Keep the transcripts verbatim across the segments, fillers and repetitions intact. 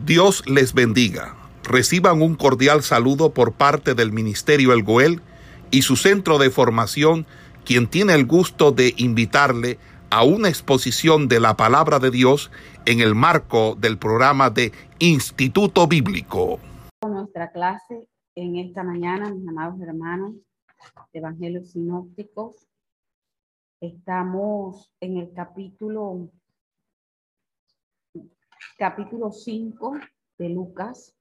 Dios les bendiga. Reciban un cordial saludo por parte del Ministerio El Goel y su centro de formación, quien tiene el gusto de invitarle a una exposición de la Palabra de Dios en el marco del programa de Instituto Bíblico. Nuestra clase en esta mañana, mis amados hermanos de Evangelios Sinópticos, estamos en el capítulo capítulo cinco de Lucas.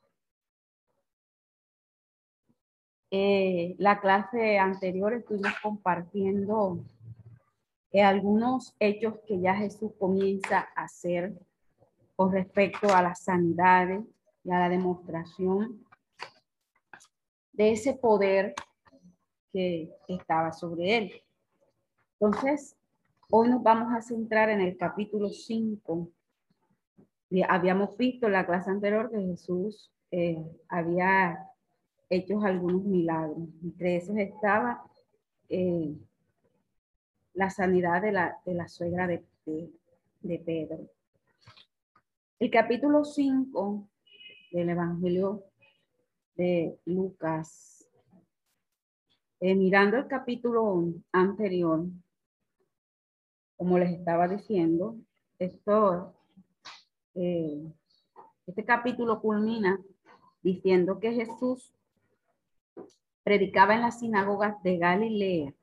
Eh, la clase anterior estuvimos compartiendo eh, algunos hechos que ya Jesús comienza a hacer con respecto a las sanidades y a la demostración de ese poder que estaba sobre él. Entonces, hoy nos vamos a centrar en el capítulo cinco. Habíamos visto en la clase anterior que Jesús eh, había hecho algunos milagros. Entre esos estaba eh, la sanidad de la, de la suegra de, de, de Pedro. El capítulo cinco del Evangelio de Lucas, eh, mirando el capítulo anterior, como les estaba diciendo, esto, eh, este capítulo culmina diciendo que Jesús predicaba en las sinagogas de Galilea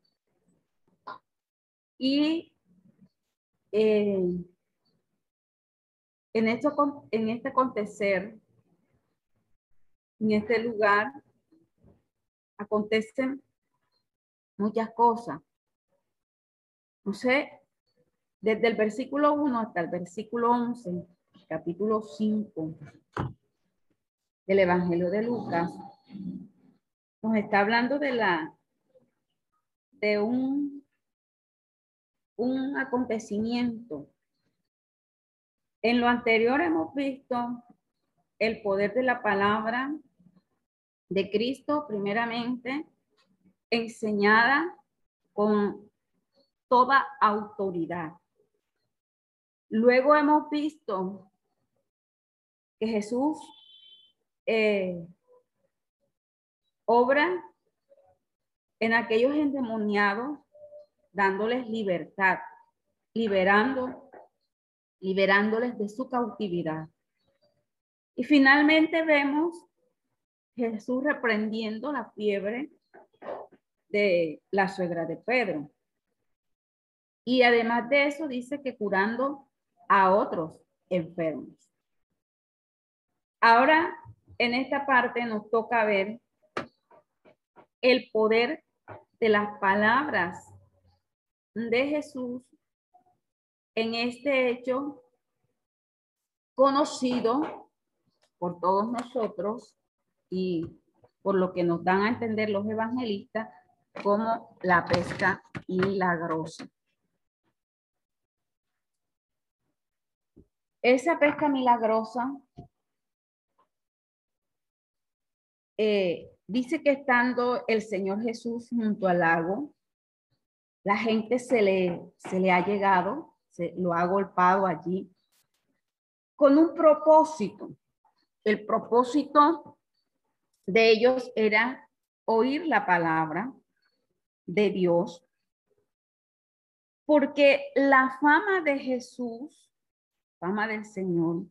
y eh, en, esto, en este acontecer, en este lugar, acontecen muchas cosas. No sé, desde el versículo uno hasta el versículo once, capítulo cinco del Evangelio de Lucas, nos está hablando de la de un, un acontecimiento. En lo anterior hemos visto el poder de la palabra de Cristo, primeramente, enseñada con toda autoridad. Luego hemos visto que Jesús eh, obra en aquellos endemoniados, dándoles libertad, liberando, liberándoles de su cautividad. Y finalmente vemos Jesús reprendiendo la fiebre de la suegra de Pedro. Y además de eso dice que curando a otros enfermos. Ahora, en esta parte nos toca ver el poder de las palabras de Jesús en este hecho conocido por todos nosotros y por lo que nos dan a entender los evangelistas como la pesca milagrosa. Esa pesca milagrosa eh, dice que estando el Señor Jesús junto al lago, la gente se le, se le ha llegado, se lo ha golpeado allí con un propósito. El propósito de ellos era oír la palabra de Dios, porque la fama de Jesús, fama del Señor,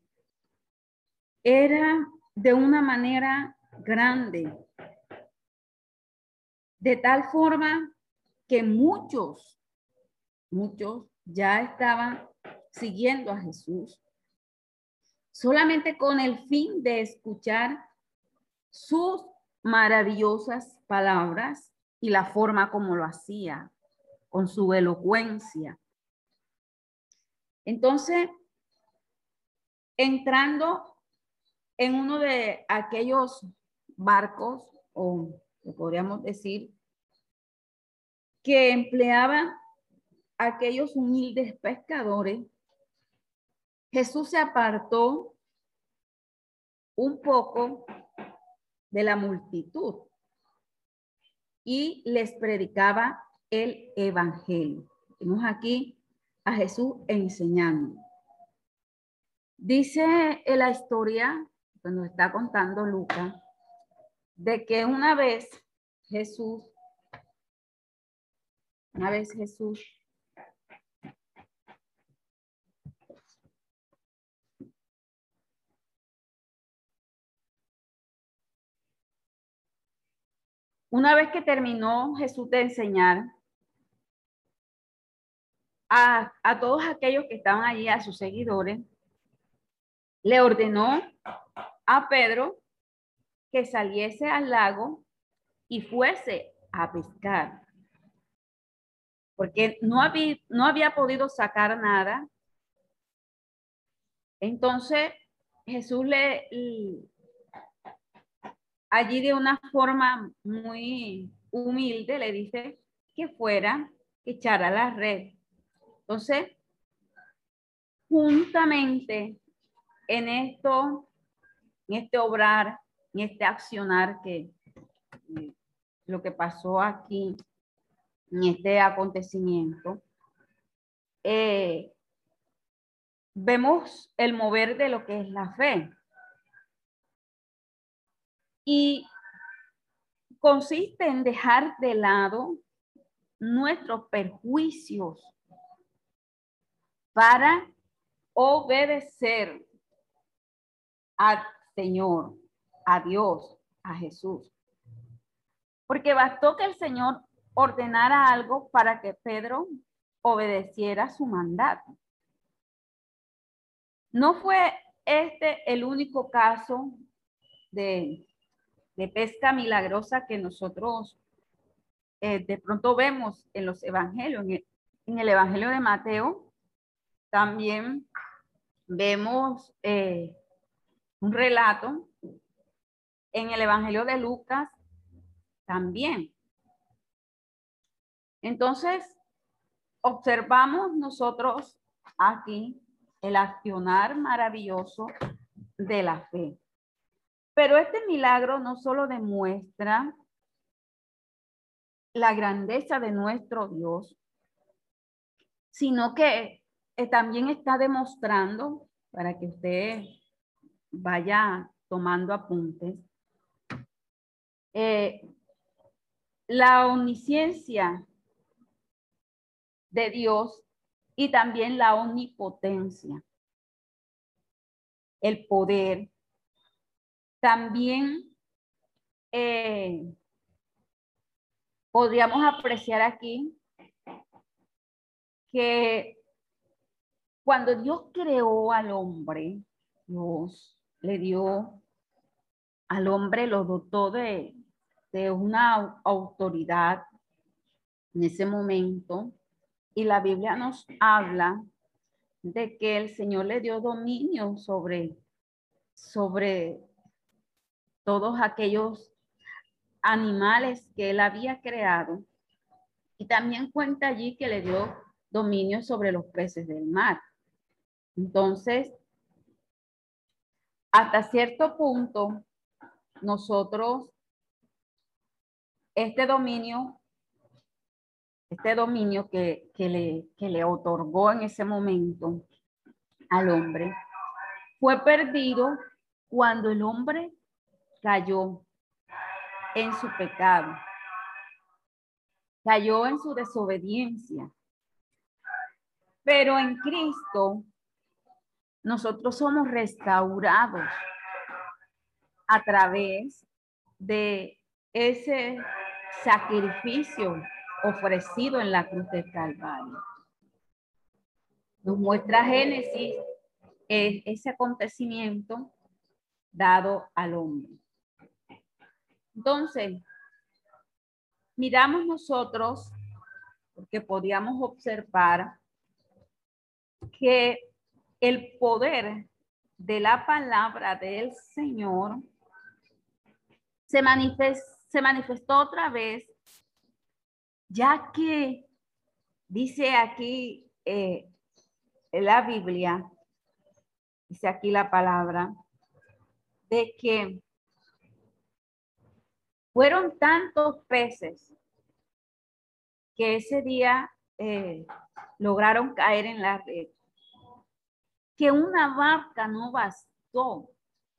era de una manera grande, de tal forma que muchos, muchos ya estaban siguiendo a Jesús solamente con el fin de escuchar sus maravillosas palabras y la forma como lo hacía, con su elocuencia. Entonces, entrando en uno de aquellos barcos, o podríamos decir, que empleaban aquellos humildes pescadores, Jesús se apartó un poco de la multitud y les predicaba el evangelio. Tenemos aquí a Jesús enseñando. Dice en la historia, cuando está contando Lucas, de que una vez Jesús, una vez Jesús Una vez que terminó Jesús de enseñar a, a todos aquellos que estaban allí, a sus seguidores, le ordenó a Pedro que saliese al lago y fuese a pescar, porque no había, no había podido sacar nada. Entonces Jesús le, allí de una forma muy humilde le dice que fuera, que echara la red. Entonces, juntamente en esto, en este obrar, en este accionar que eh, lo que pasó aquí, en este acontecimiento, eh, vemos el mover de lo que es la fe. Y consiste en dejar de lado nuestros perjuicios para obedecer al Señor, a Dios, a Jesús. Porque bastó que el Señor ordenara algo para que Pedro obedeciera su mandato. No fue este el único caso de, de pesca milagrosa que nosotros eh, de pronto vemos en los evangelios. En el, en el evangelio de Mateo también vemos eh, un relato. En el evangelio de Lucas también. Entonces, observamos nosotros aquí el accionar maravilloso de la fe. Pero este milagro no solo demuestra la grandeza de nuestro Dios, sino que eh, también está demostrando, para que usted vaya tomando apuntes, eh, la omnisciencia de Dios y también la omnipotencia, el poder. También eh, podríamos apreciar aquí que cuando Dios creó al hombre, Dios le dio al hombre, lo dotó de, de una autoridad en ese momento, y la Biblia nos habla de que el Señor le dio dominio sobre, sobre todos aquellos animales que él había creado, y también cuenta allí que le dio dominio sobre los peces del mar. Entonces, hasta cierto punto, nosotros, este dominio, este dominio que, que, le, que le otorgó en ese momento al hombre, fue perdido cuando el hombre cayó en su pecado, cayó en su desobediencia. Pero en Cristo, nosotros somos restaurados a través de ese sacrificio ofrecido en la cruz del Calvario. Nos muestra Génesis eh, ese acontecimiento dado al hombre. Entonces, miramos nosotros, porque podíamos observar que el poder de la palabra del Señor se, manifest, se manifestó otra vez, ya que dice aquí eh, en la Biblia, dice aquí la palabra, de que fueron tantos peces que ese día eh, lograron caer en la red, que una barca no bastó.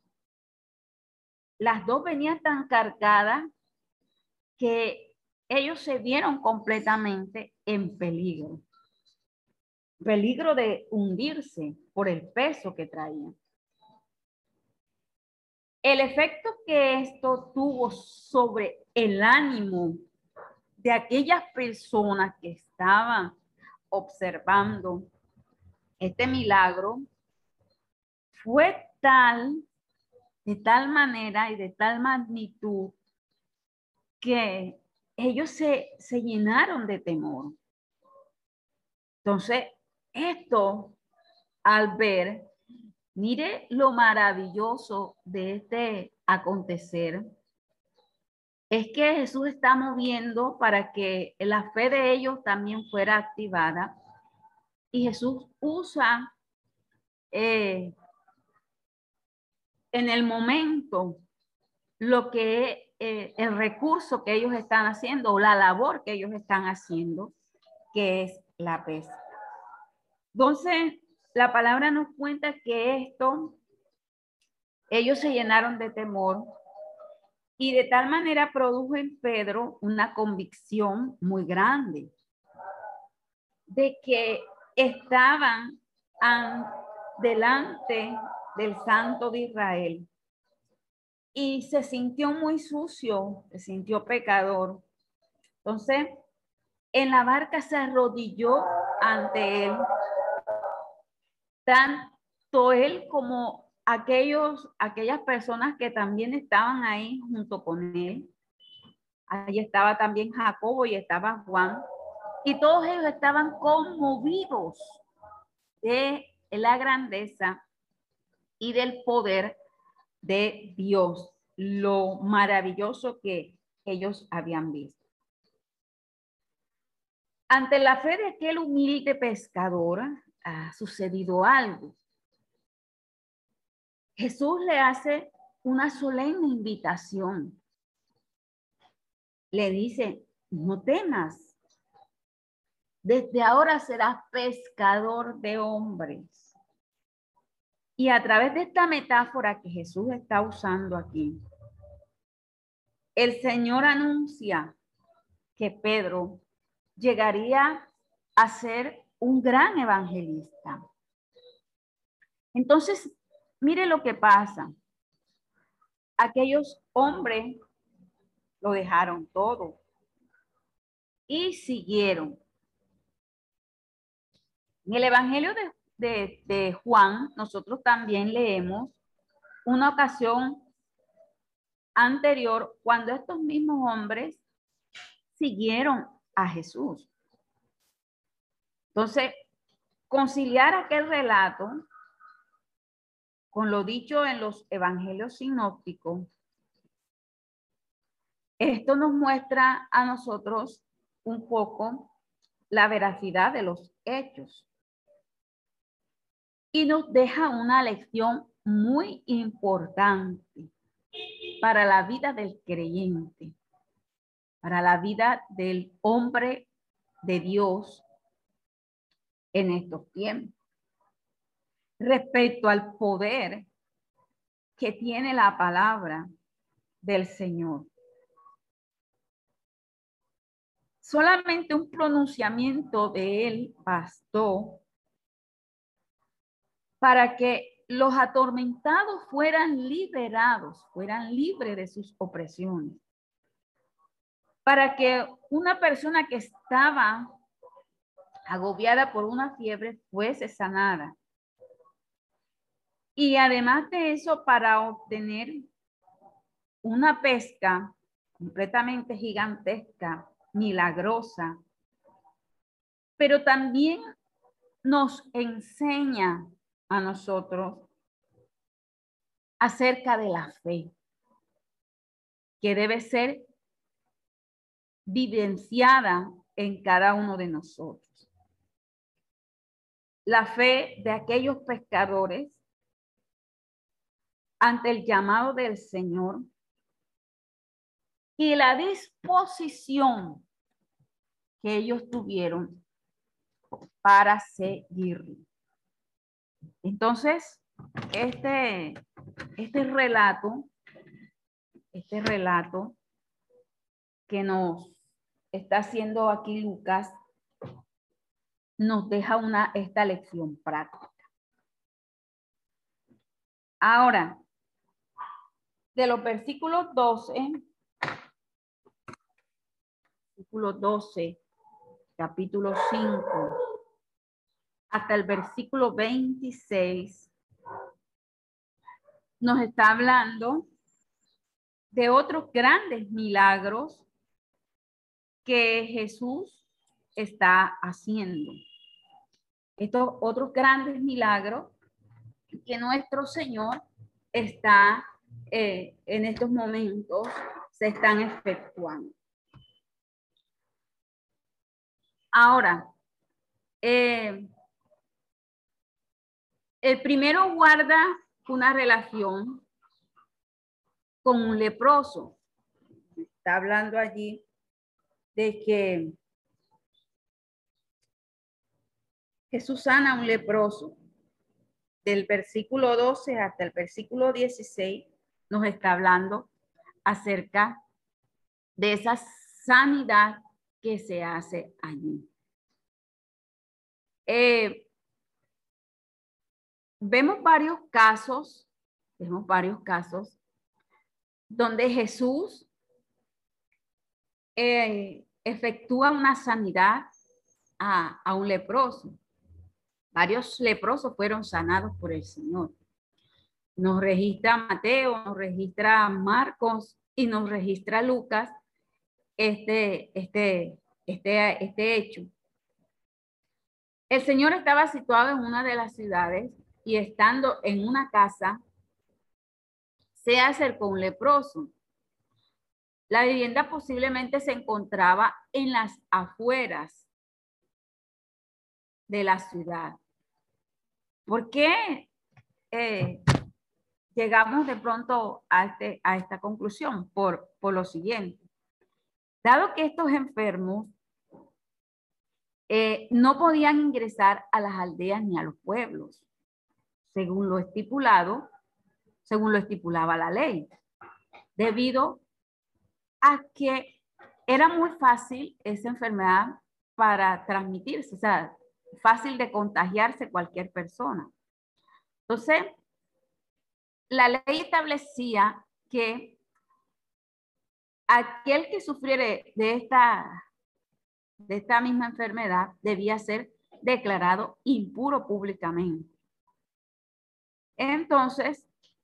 Las dos venían tan cargadas que ellos se vieron completamente en peligro. Peligro de hundirse por el peso que traían. El efecto que esto tuvo sobre el ánimo de aquellas personas que estaban observando este milagro fue tal, de tal manera y de tal magnitud que ellos se, se llenaron de temor. Entonces, esto al ver, mire lo maravilloso de este acontecer, es que Jesús está moviendo para que la fe de ellos también fuera activada. Y Jesús usa eh, en el momento lo que eh, el recurso que ellos están haciendo o la labor que ellos están haciendo, que es la pesca. Entonces, la palabra nos cuenta que esto, ellos se llenaron de temor y de tal manera produjo en Pedro una convicción muy grande de que estaban an, delante del Santo de Israel. Y se sintió muy sucio, se sintió pecador. Entonces, en la barca se arrodilló ante él, tanto él como aquellos, aquellas personas que también estaban ahí junto con él. Ahí estaba también Jacobo y estaba Juan. Y todos ellos estaban conmovidos de la grandeza y del poder de Dios, lo maravilloso que ellos habían visto. Ante la fe de aquel humilde pescador ha sucedido algo. Jesús le hace una solemne invitación. Le dice, no temas. Desde ahora serás pescador de hombres. Y a través de esta metáfora que Jesús está usando aquí, el Señor anuncia que Pedro llegaría a ser un gran evangelista. Entonces, mire lo que pasa. Aquellos hombres lo dejaron todo y siguieron. En el Evangelio de, de, de Juan, nosotros también leemos una ocasión anterior cuando estos mismos hombres siguieron a Jesús. Entonces, conciliar aquel relato con lo dicho en los evangelios sinópticos, esto nos muestra a nosotros un poco la veracidad de los hechos y nos deja una lección muy importante para la vida del creyente, para la vida del hombre de Dios en estos tiempos, respecto al poder que tiene la palabra del Señor. Solamente un pronunciamiento de él bastó para que los atormentados fueran liberados, fueran libres de sus opresiones. Para que una persona que estaba agobiada por una fiebre fuese sanada. Y además de eso, para obtener una pesca completamente gigantesca, milagrosa, pero también nos enseña a nosotros acerca de la fe, que debe ser vivenciada en cada uno de nosotros. La fe de aquellos pescadores ante el llamado del Señor y la disposición que ellos tuvieron para seguirlo. Entonces, este, este relato, este relato que nos está haciendo aquí Lucas, nos deja una, esta lección práctica. Ahora, de los versículos doce, versículo doce, capítulo cinco, hasta el versículo veintiséis, nos está hablando de otros grandes milagros que Jesús está haciendo. Estos otros grandes milagros que nuestro Señor está eh, en estos momentos se están efectuando. Ahora, eh, el primero guarda una relación con un leproso. Está hablando allí de que Jesús sana a un leproso. Del versículo doce hasta el versículo dieciséis nos está hablando acerca de esa sanidad que se hace allí. Eh, vemos varios casos, vemos varios casos donde Jesús eh, efectúa una sanidad a, a un leproso. Varios leprosos fueron sanados por el Señor. Nos registra Mateo, nos registra Marcos y nos registra Lucas este, este, este, este hecho. El Señor estaba situado en una de las ciudades y estando en una casa, se acercó un leproso. La vivienda posiblemente se encontraba en las afueras de la ciudad. ¿Por qué eh, llegamos de pronto a, este, a esta conclusión? Por, por lo siguiente. Dado que estos enfermos eh, no podían ingresar a las aldeas ni a los pueblos, según lo estipulado, según lo estipulaba la ley, debido a que era muy fácil esa enfermedad para transmitirse, o sea, fácil de contagiarse cualquier persona. Entonces, la ley establecía que aquel que sufriere de esta, de esta misma enfermedad debía ser declarado impuro públicamente. Entonces,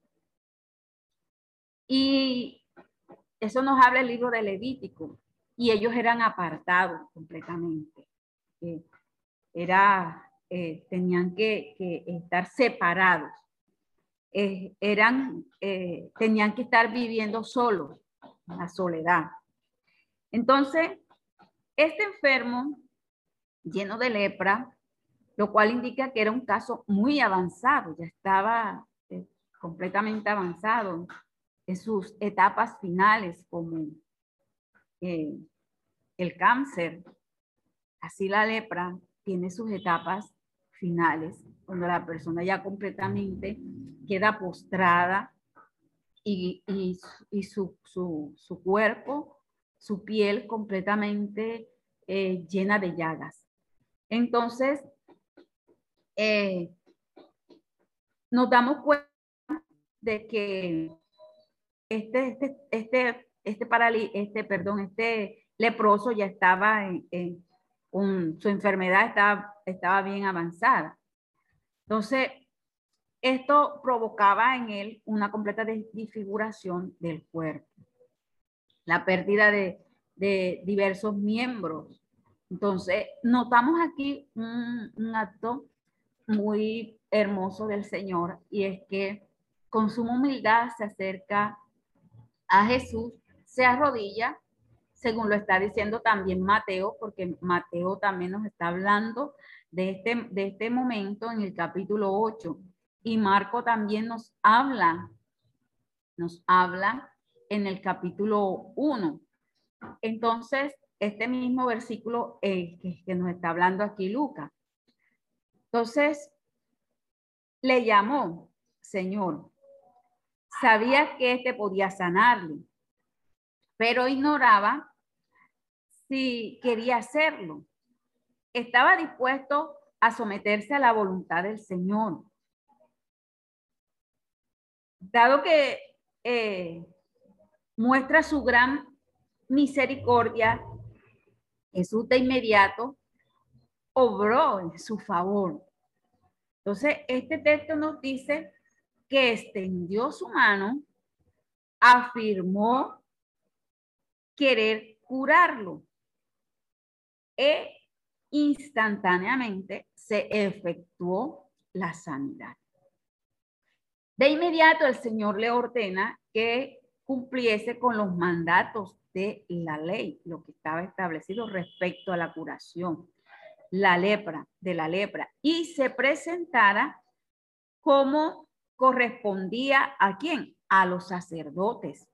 y eso nos habla el libro de Levítico, y ellos eran apartados completamente. Eh, era, eh, tenían que, que estar separados. Eh, eran, eh, tenían que estar viviendo solos, en la soledad. Entonces, este enfermo, lleno de lepra, lo cual indica que era un caso muy avanzado, ya estaba eh, completamente avanzado en sus etapas finales, como eh, el cáncer. Así la lepra tiene sus etapas finales, cuando la persona ya completamente queda postrada y, y, y su, su, su cuerpo, su piel completamente eh, llena de llagas. Entonces, eh, nos damos cuenta de que este, este, este, este, parali, este, perdón, este leproso ya estaba en, en un, su enfermedad estaba, estaba bien avanzada. Entonces, esto provocaba en él una completa desfiguración del cuerpo, la pérdida de, de diversos miembros. Entonces, notamos aquí un, un acto muy hermoso del Señor, y es que con suma humildad se acerca a Jesús, se arrodilla, según lo está diciendo también Mateo, porque Mateo también nos está hablando de este, de este momento en el capítulo ocho, y Marco también nos habla, nos habla en el capítulo uno. Entonces, este mismo versículo eh, que, que nos está hablando aquí Lucas. Entonces, le llamó Señor. Sabía que éste podía sanarle, pero ignoraba si quería hacerlo. Estaba dispuesto a someterse a la voluntad del Señor. Dado que eh, muestra su gran misericordia, Jesús de inmediato obró en su favor. Entonces, este texto nos dice que extendió su mano, afirmó querer curarlo e instantáneamente se efectuó la sanidad. De inmediato el Señor le ordena que cumpliese con los mandatos de la ley, lo que estaba establecido respecto a la curación, la lepra, de la lepra, y se presentara como correspondía a quién, a los sacerdotes.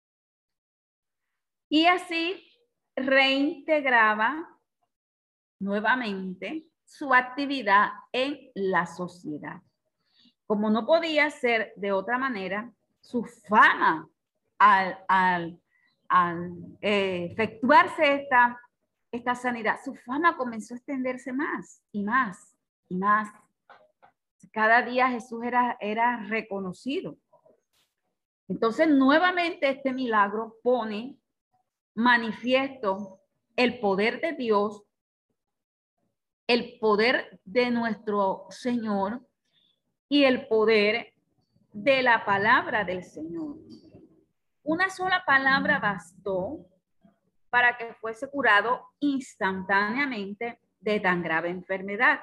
Y así reintegraba nuevamente su actividad en la sociedad. Como no podía ser de otra manera, su fama al, al, al eh, efectuarse esta, esta sanidad, su fama comenzó a extenderse más y más y más. Cada día Jesús era, era reconocido. Entonces, nuevamente este milagro pone manifiesto el poder de Dios, el poder de nuestro Señor y el poder de la palabra del Señor. Una sola palabra bastó para que fuese curado instantáneamente de tan grave enfermedad.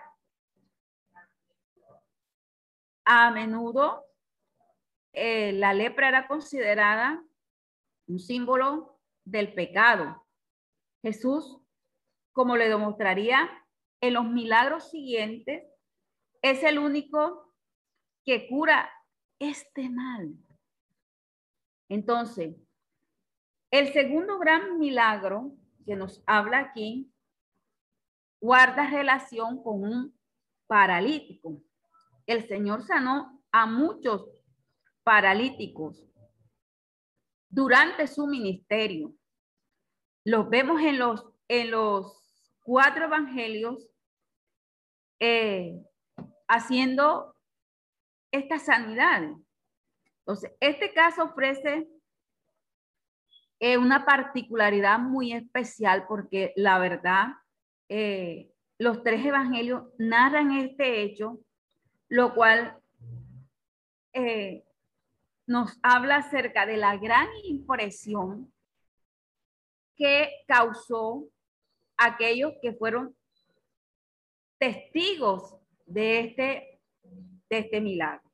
A menudo eh, la lepra era considerada un símbolo del pecado. Jesús, como le demostraría en los milagros siguientes, es el único que cura este mal. Entonces, el segundo gran milagro que nos habla aquí guarda relación con un paralítico. El Señor sanó a muchos paralíticos durante su ministerio. Los vemos en los, en los cuatro evangelios eh, haciendo estas sanidades. Entonces, este caso ofrece eh, una particularidad muy especial porque la verdad, eh, los tres evangelios narran este hecho, lo cual eh, nos habla acerca de la gran impresión que causó aquellos que fueron testigos de este, de este milagro.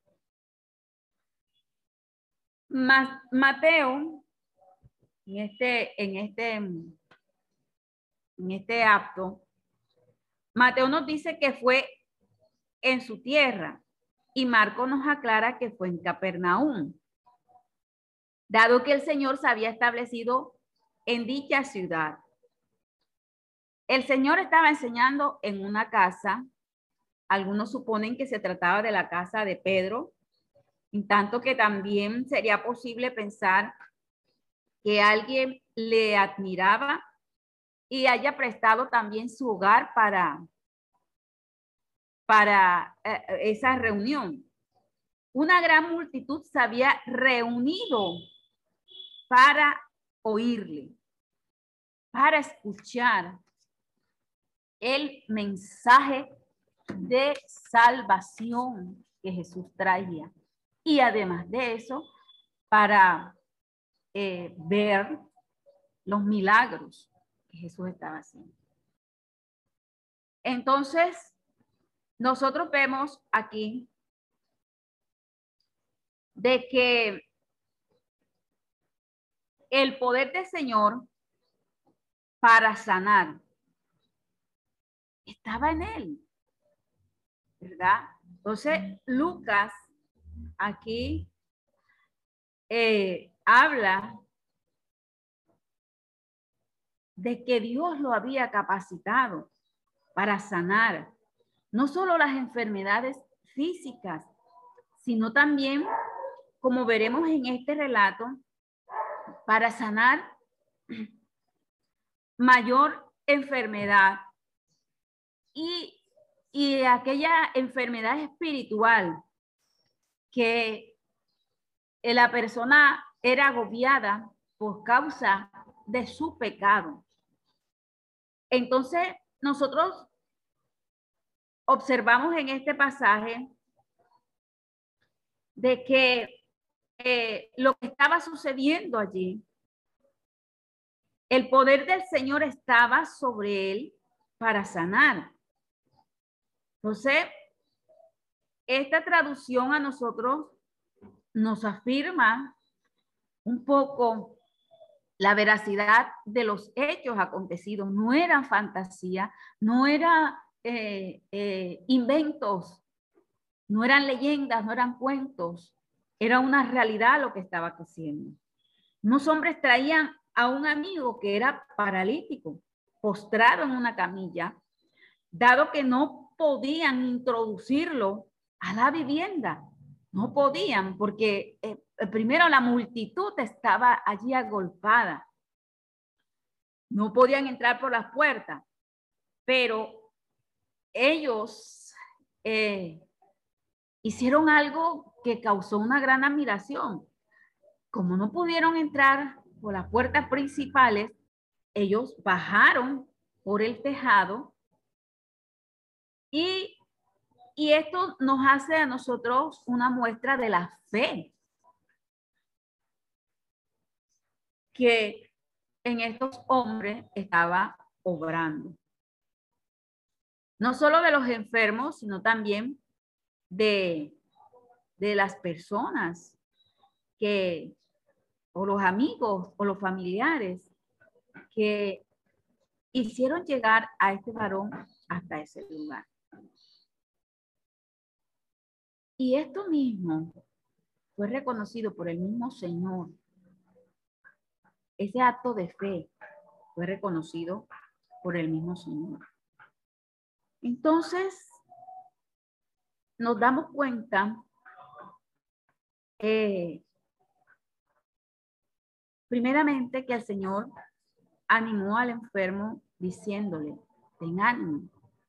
Mateo, en este, en este, en este acto, Mateo nos dice que fue en su tierra y Marco nos aclara que fue en Capernaum, dado que el Señor se había establecido en dicha ciudad. El Señor estaba enseñando en una casa. Algunos suponen que se trataba de la casa de Pedro, en tanto que también sería posible pensar que alguien le admiraba y haya prestado también su hogar para, para eh, esa reunión. Una gran multitud se había reunido para oírle, para escuchar el mensaje de salvación que Jesús traía. Y además de eso, para eh, ver los milagros que Jesús estaba haciendo. Entonces, nosotros vemos aquí de que el poder del Señor para sanar estaba en él, ¿verdad? Entonces, Lucas aquí eh, habla de que Dios lo había capacitado para sanar no solo las enfermedades físicas, sino también, como veremos en este relato, para sanar mayor enfermedad y, y aquella enfermedad espiritual que la persona era agobiada por causa de su pecado. Entonces, nosotros observamos en este pasaje de que eh, lo que estaba sucediendo allí, el poder del Señor estaba sobre él para sanar. Entonces, esta traducción a nosotros nos afirma un poco la veracidad de los hechos acontecidos. No eran fantasía, no eran eh, eh, inventos, no eran leyendas, no eran cuentos. Era una realidad lo que estaba haciendo. Unos hombres traían a un amigo que era paralítico, postrado en una camilla, dado que no podían introducirlo a la vivienda. No podían porque eh, primero la multitud estaba allí agolpada. No podían entrar por las puertas, pero ellos eh, hicieron algo que causó una gran admiración. Como no pudieron entrar por las puertas principales, ellos bajaron por el tejado y, y esto nos hace a nosotros una muestra de la fe que en estos hombres estaba obrando. No solo de los enfermos, sino también de, de las personas que, o los amigos o los familiares que hicieron llegar a este varón hasta ese lugar. Y esto mismo fue reconocido por el mismo Señor. Ese acto de fe fue reconocido por el mismo Señor. Entonces, nos damos cuenta, eh, primeramente, que el Señor animó al enfermo diciéndole, ten ánimo.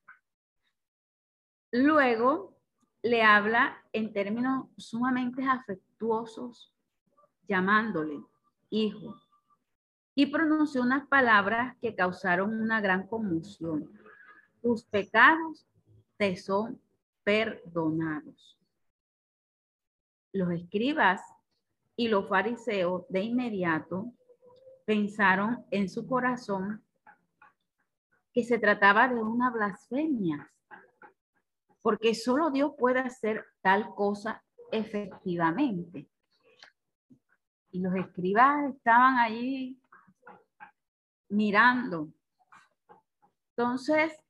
Luego, le habla en términos sumamente afectuosos, llamándole hijo. Y pronunció unas palabras que causaron una gran conmoción. Tus pecados te son perdonados. Los escribas y los fariseos de inmediato pensaron en su corazón que se trataba de una blasfemia, porque solo Dios puede hacer tal cosa efectivamente. Y los escribas estaban allí mirando. Entonces,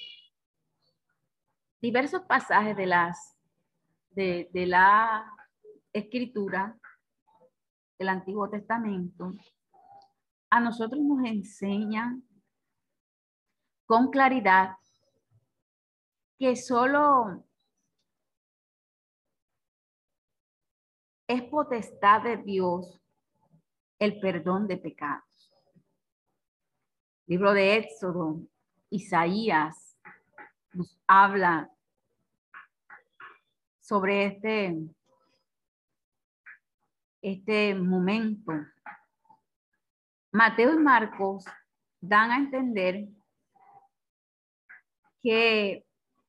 diversos pasajes de las de, de la escritura del Antiguo Testamento a nosotros nos enseñan con claridad que solo es potestad de Dios el perdón de pecados. Libro de Éxodo, Isaías nos habla sobre este, este momento. Mateo y Marcos dan a entender que,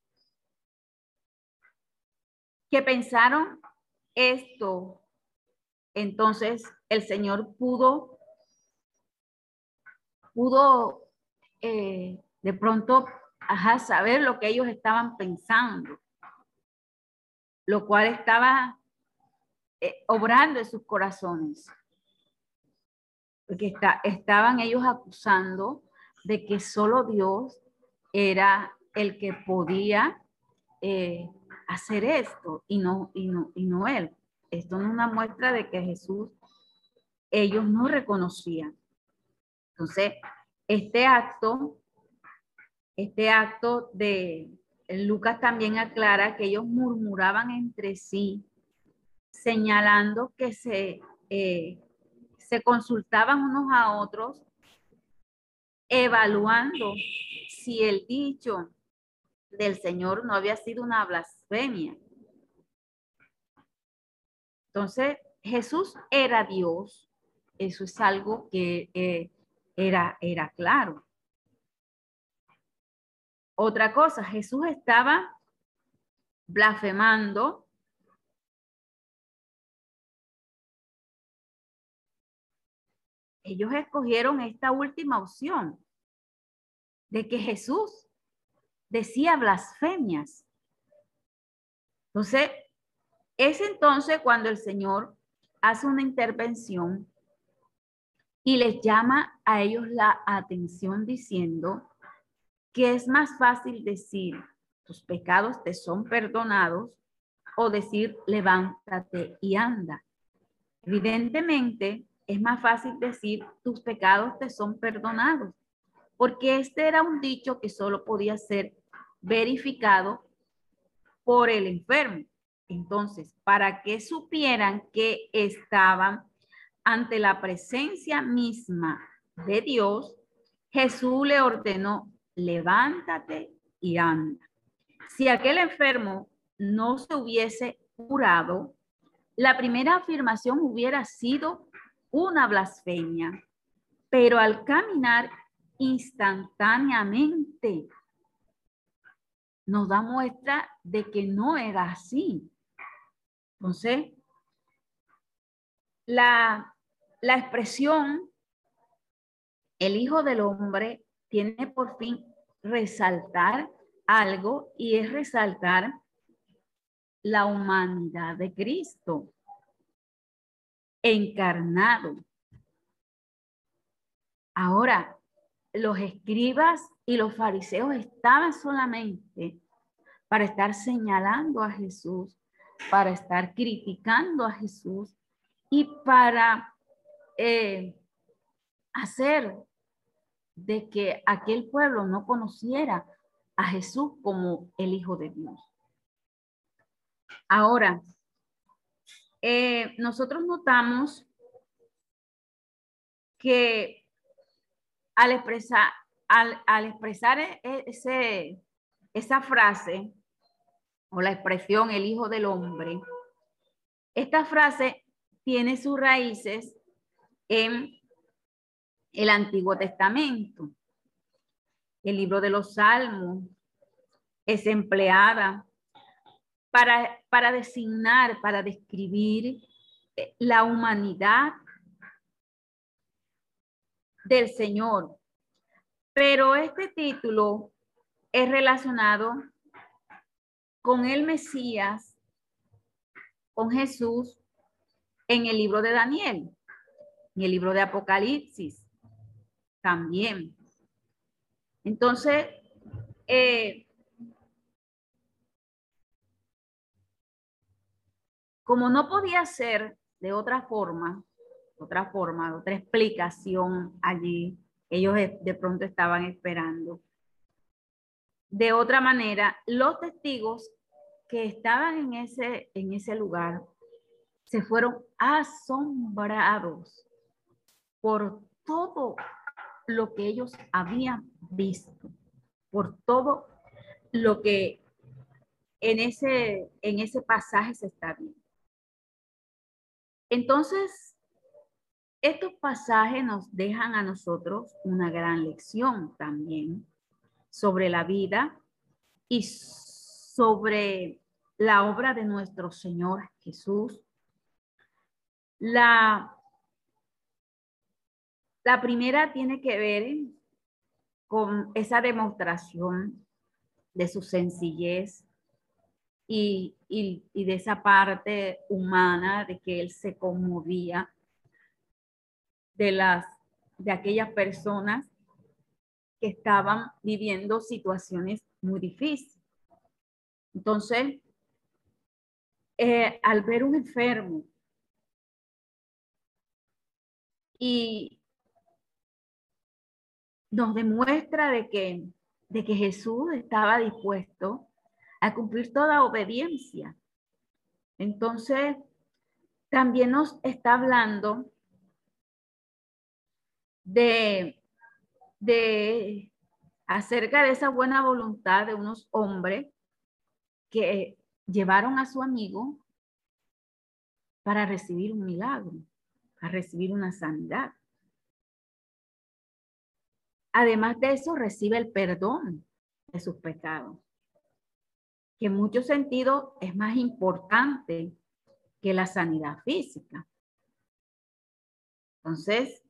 que pensaron esto, entonces el Señor pudo, pudo eh, de pronto ajá, saber lo que ellos estaban pensando, lo cual estaba eh, obrando en sus corazones. Porque está, estaban ellos acusando de que solo Dios era el que podía eh, hacer esto y no, y, no, y no él. Esto no es una muestra de que Jesús, ellos no reconocían. Entonces, este acto, este acto de, Lucas también aclara que ellos murmuraban entre sí, señalando que se, eh, se consultaban unos a otros, evaluando si el dicho del Señor no había sido una blasfemia. Entonces, Jesús era Dios. Eso es algo que eh, era, era claro. Otra cosa, Jesús estaba blasfemando ellos escogieron esta última opción de que Jesús decía blasfemias. Entonces, es entonces cuando el Señor hace una intervención y les llama a ellos la atención diciendo que es más fácil decir tus pecados te son perdonados o decir levántate y anda. Evidentemente, es más fácil decir tus pecados te son perdonados, porque este era un dicho que solo podía ser verificado por el enfermo. Entonces, para que supieran que estaban ante la presencia misma de Dios, Jesús le ordenó, levántate y anda. Si aquel enfermo no se hubiese curado, la primera afirmación hubiera sido una blasfemia, pero al caminar instantáneamente nos da muestra de que no era así. Entonces, la, la expresión el Hijo del Hombre tiene por fin resaltar algo y es resaltar la humanidad de Cristo encarnado. Ahora, los escribas y los fariseos estaban solamente para estar señalando a Jesús, para estar criticando a Jesús y para eh, hacer de que aquel pueblo no conociera a Jesús como el Hijo de Dios. Ahora, eh, nosotros notamos que al expresar, al, al expresar ese, esa frase o la expresión el Hijo del Hombre, esta frase tiene sus raíces en el Antiguo Testamento. El libro de los Salmos es empleada para, para designar, para describir la humanidad del Señor. Pero este título es relacionado con el Mesías, con Jesús, en el libro de Daniel, en el libro de Apocalipsis también. Entonces, eh, como no podía ser de otra forma, otra forma, otra explicación allí, ellos de pronto estaban esperando. De otra manera, los testigos que estaban en ese, en ese lugar se fueron asombrados por todo lo que ellos habían visto, por todo lo que en ese, en ese pasaje se está viendo. Entonces, estos pasajes nos dejan a nosotros una gran lección también sobre la vida y sobre la obra de nuestro Señor Jesús. La, la primera tiene que ver con esa demostración de su sencillez y, y, y de esa parte humana de que Él se conmovía de, las, de aquellas personas que estaban viviendo situaciones muy difíciles. Entonces, eh, al ver un enfermo y nos demuestra de que, de que Jesús estaba dispuesto a cumplir toda obediencia. Entonces, también nos está hablando de, de acerca de esa buena voluntad de unos hombres que llevaron a su amigo para recibir un milagro, a recibir una sanidad. Además de eso, recibe el perdón de sus pecados, que en muchos sentidos es más importante que la sanidad física. Entonces,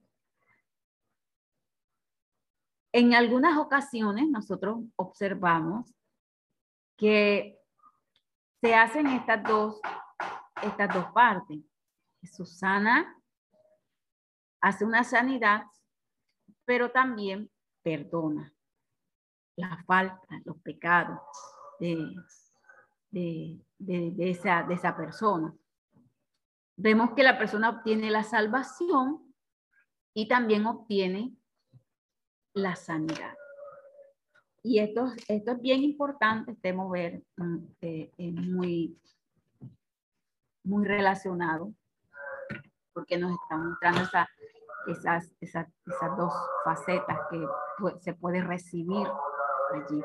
en algunas ocasiones nosotros observamos que se hacen estas dos, estas dos partes. Jesús sana, hace una sanidad, pero también perdona la falta, los pecados de, de, de, de, esa, de esa persona. Vemos que la persona obtiene la salvación y también obtiene la sanidad. Y esto, esto es bien importante, este mover eh, es muy, muy relacionado, porque nos está mostrando esa, esas, esas, esas dos facetas que pues, se puede recibir allí.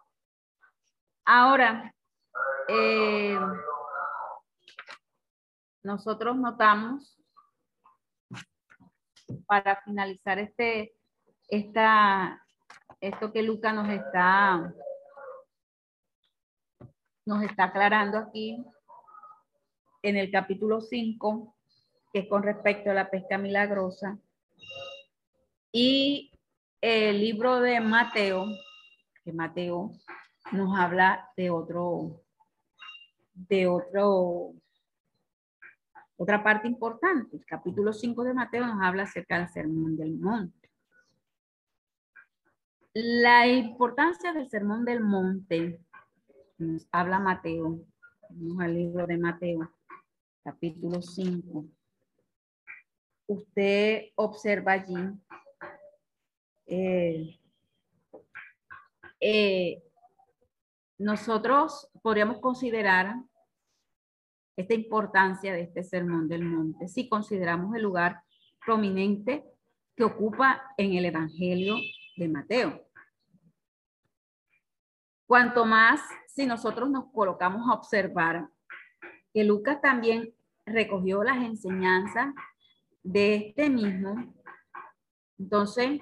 Ahora, eh, nosotros notamos, para finalizar este, esta, esto que Lucas nos está, nos está aclarando aquí, en el capítulo cinco, que es con respecto a la pesca milagrosa, y el libro de Mateo, que Mateo nos habla de otro, de otro, otra parte importante. El capítulo cinco de Mateo nos habla acerca del Sermón del Monte. La importancia del Sermón del Monte nos habla Mateo, vamos al libro de Mateo, capítulo cinco. Usted observa allí eh, eh, nosotros podríamos considerar esta importancia de este Sermón del Monte si consideramos el lugar prominente que ocupa en el Evangelio de Mateo. Cuanto más si nosotros nos colocamos a observar que Lucas también recogió las enseñanzas de este mismo, entonces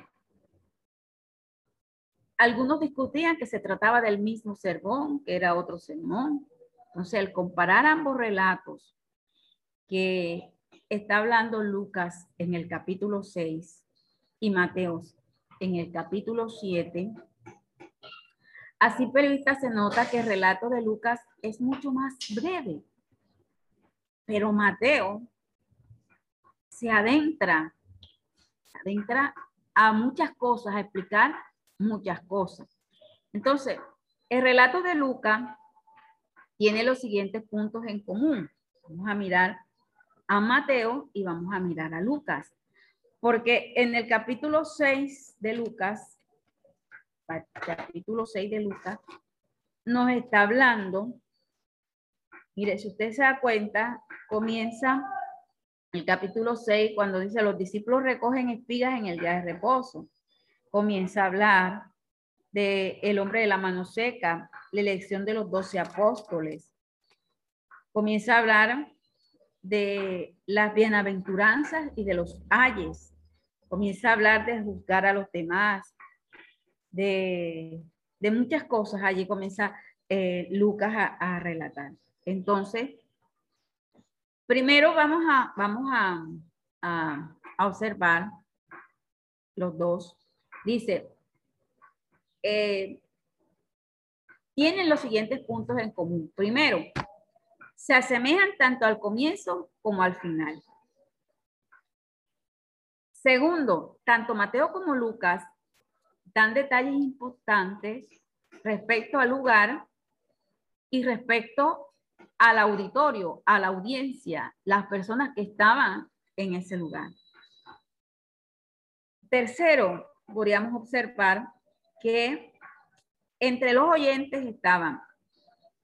algunos discutían que se trataba del mismo sermón, que era otro sermón. Entonces, el comparar ambos relatos que está hablando Lucas en el capítulo seis y Mateo en el capítulo siete, así por vista se nota que el relato de Lucas es mucho más breve, pero Mateo se adentra, se adentra a muchas cosas, a explicar muchas cosas. Entonces, el relato de Lucas tiene los siguientes puntos en común. Vamos a mirar a Mateo y vamos a mirar a Lucas. Porque en el capítulo seis de Lucas, capítulo seis de Lucas, nos está hablando, mire, si usted se da cuenta, comienza el capítulo seis cuando dice los discípulos recogen espigas en el día de reposo. Comienza a hablar de el hombre de la mano seca, la elección de los doce apóstoles. Comienza a hablar de las bienaventuranzas y de los ayes. Comienza a hablar de juzgar a los demás, de, de muchas cosas. Allí comienza eh, Lucas a, a relatar. Entonces, primero vamos a, vamos a, a, a observar los dos. Dice, eh, tienen los siguientes puntos en común. Primero, se asemejan tanto al comienzo como al final. Segundo, tanto Mateo como Lucas dan detalles importantes respecto al lugar y respecto al auditorio, a la audiencia, las personas que estaban en ese lugar. Tercero, podríamos observar que entre los oyentes estaban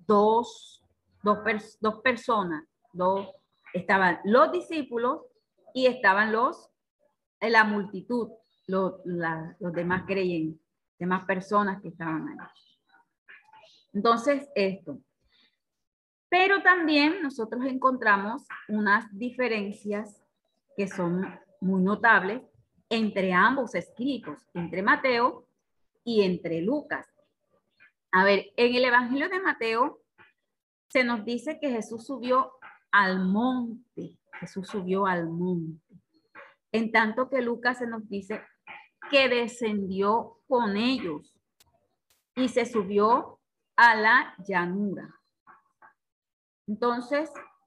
dos, dos, pers dos personas, dos, estaban los discípulos y estaban los, la multitud, los, la, los demás creyentes, demás personas que estaban ahí. Entonces, esto. Pero también nosotros encontramos unas diferencias que son muy notables entre ambos escritos, entre Mateo y entre Lucas. A ver, en el Evangelio de Mateo se nos dice que Jesús subió al monte, Jesús subió al monte. En tanto que Lucas se nos dice que descendió con ellos y se subió a la llanura. Entonces,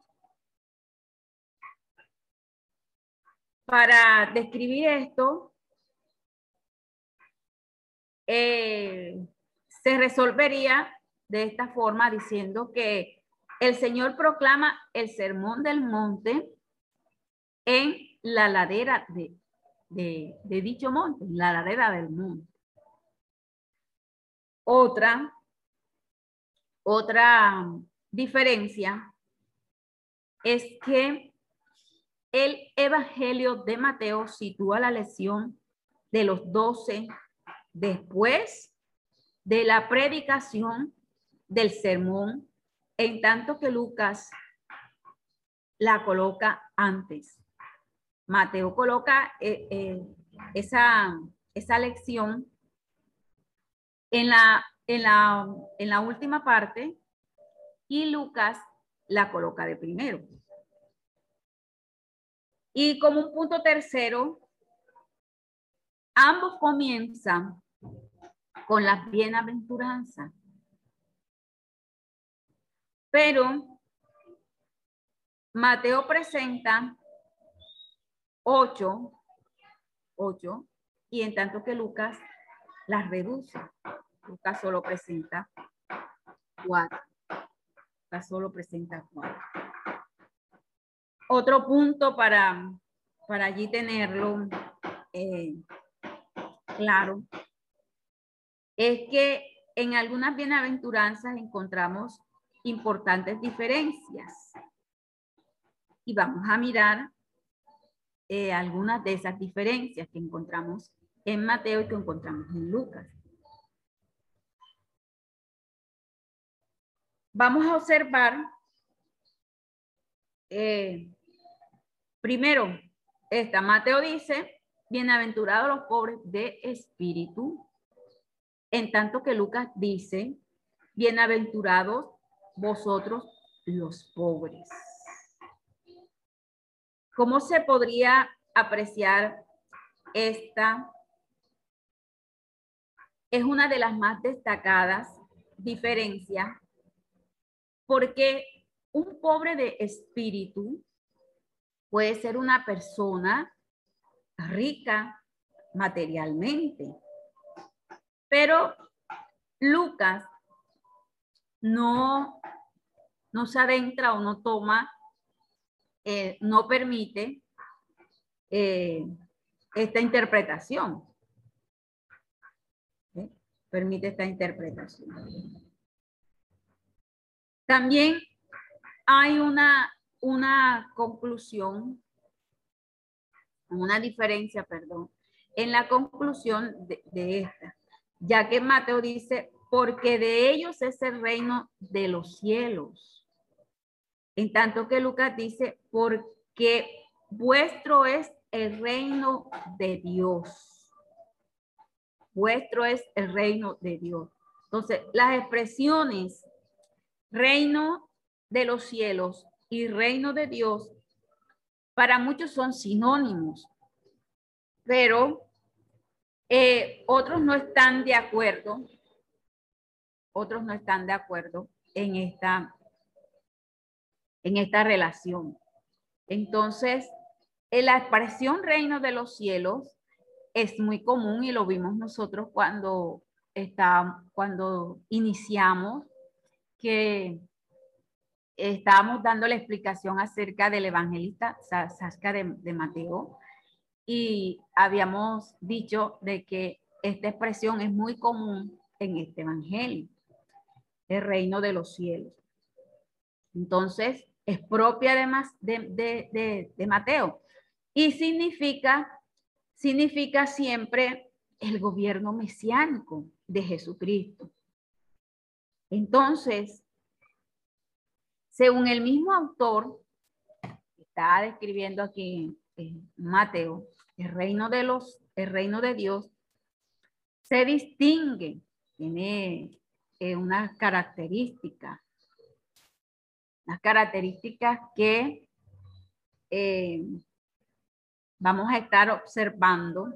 para describir esto, eh, se resolvería de esta forma diciendo que el Señor proclama el sermón del monte en la ladera de, de, de dicho monte, en la ladera del monte. Otra, otra diferencia es que el Evangelio de Mateo sitúa la lección de los doce después de la predicación del sermón, en tanto que Lucas la coloca antes. Mateo coloca eh, eh, esa, esa lección en la, en, la, en la última parte y Lucas la coloca de primero. Y como un punto tercero, ambos comienzan con las bienaventuranzas. Pero Mateo presenta ocho, ocho, y en tanto que Lucas las reduce. Lucas solo presenta cuatro. Lucas solo presenta cuatro. Otro punto para, para allí tenerlo eh, claro es que en algunas bienaventuranzas encontramos importantes diferencias. Y vamos a mirar eh, algunas de esas diferencias que encontramos en Mateo y que encontramos en Lucas. Vamos a observar, eh, primero, esta Mateo dice, bienaventurados los pobres de espíritu, en tanto que Lucas dice, bienaventurados vosotros los pobres. ¿Cómo se podría apreciar esta? Es una de las más destacadas diferencias, porque un pobre de espíritu puede ser una persona rica materialmente, pero Lucas no, no se adentra o no toma, eh, no permite eh, esta interpretación. ¿Sí? Permite esta interpretación. También hay una, una conclusión, una diferencia, perdón, en la conclusión de, de esta, ya que Mateo dice, porque de ellos es el reino de los cielos. En tanto que Lucas dice, porque vuestro es el reino de Dios. Vuestro es el reino de Dios. Entonces, las expresiones reino de los cielos y reino de Dios, para muchos son sinónimos, pero eh, otros no están de acuerdo, otros no están de acuerdo en esta, en esta relación. Entonces, en la expresión reino de los cielos es muy común y lo vimos nosotros cuando, está, cuando iniciamos, que estábamos dando la explicación acerca del evangelista Saskia de, de Mateo y habíamos dicho de que esta expresión es muy común en este evangelio. el reino de los cielos. Entonces, es propia de, de, de, de, de Mateo y significa, significa siempre el gobierno mesiánico de Jesucristo. Entonces, según el mismo autor, está describiendo aquí en Mateo, el reino de los, el reino de Dios se distingue, tiene eh, unas características, unas características que eh, vamos a estar observando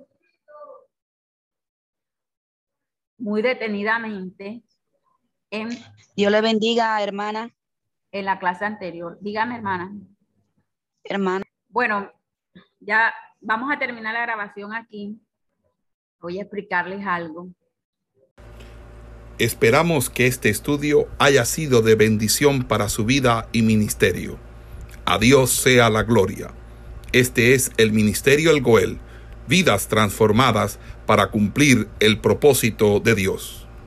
muy detenidamente en, Dios le bendiga, hermana. En la clase anterior. Dígame, hermana. Hermana. Bueno, ya vamos a terminar la grabación aquí. Voy a explicarles algo. Esperamos que este estudio haya sido de bendición para su vida y ministerio. A Dios sea la gloria. Este es el Ministerio El Goel, vidas transformadas para cumplir el propósito de Dios.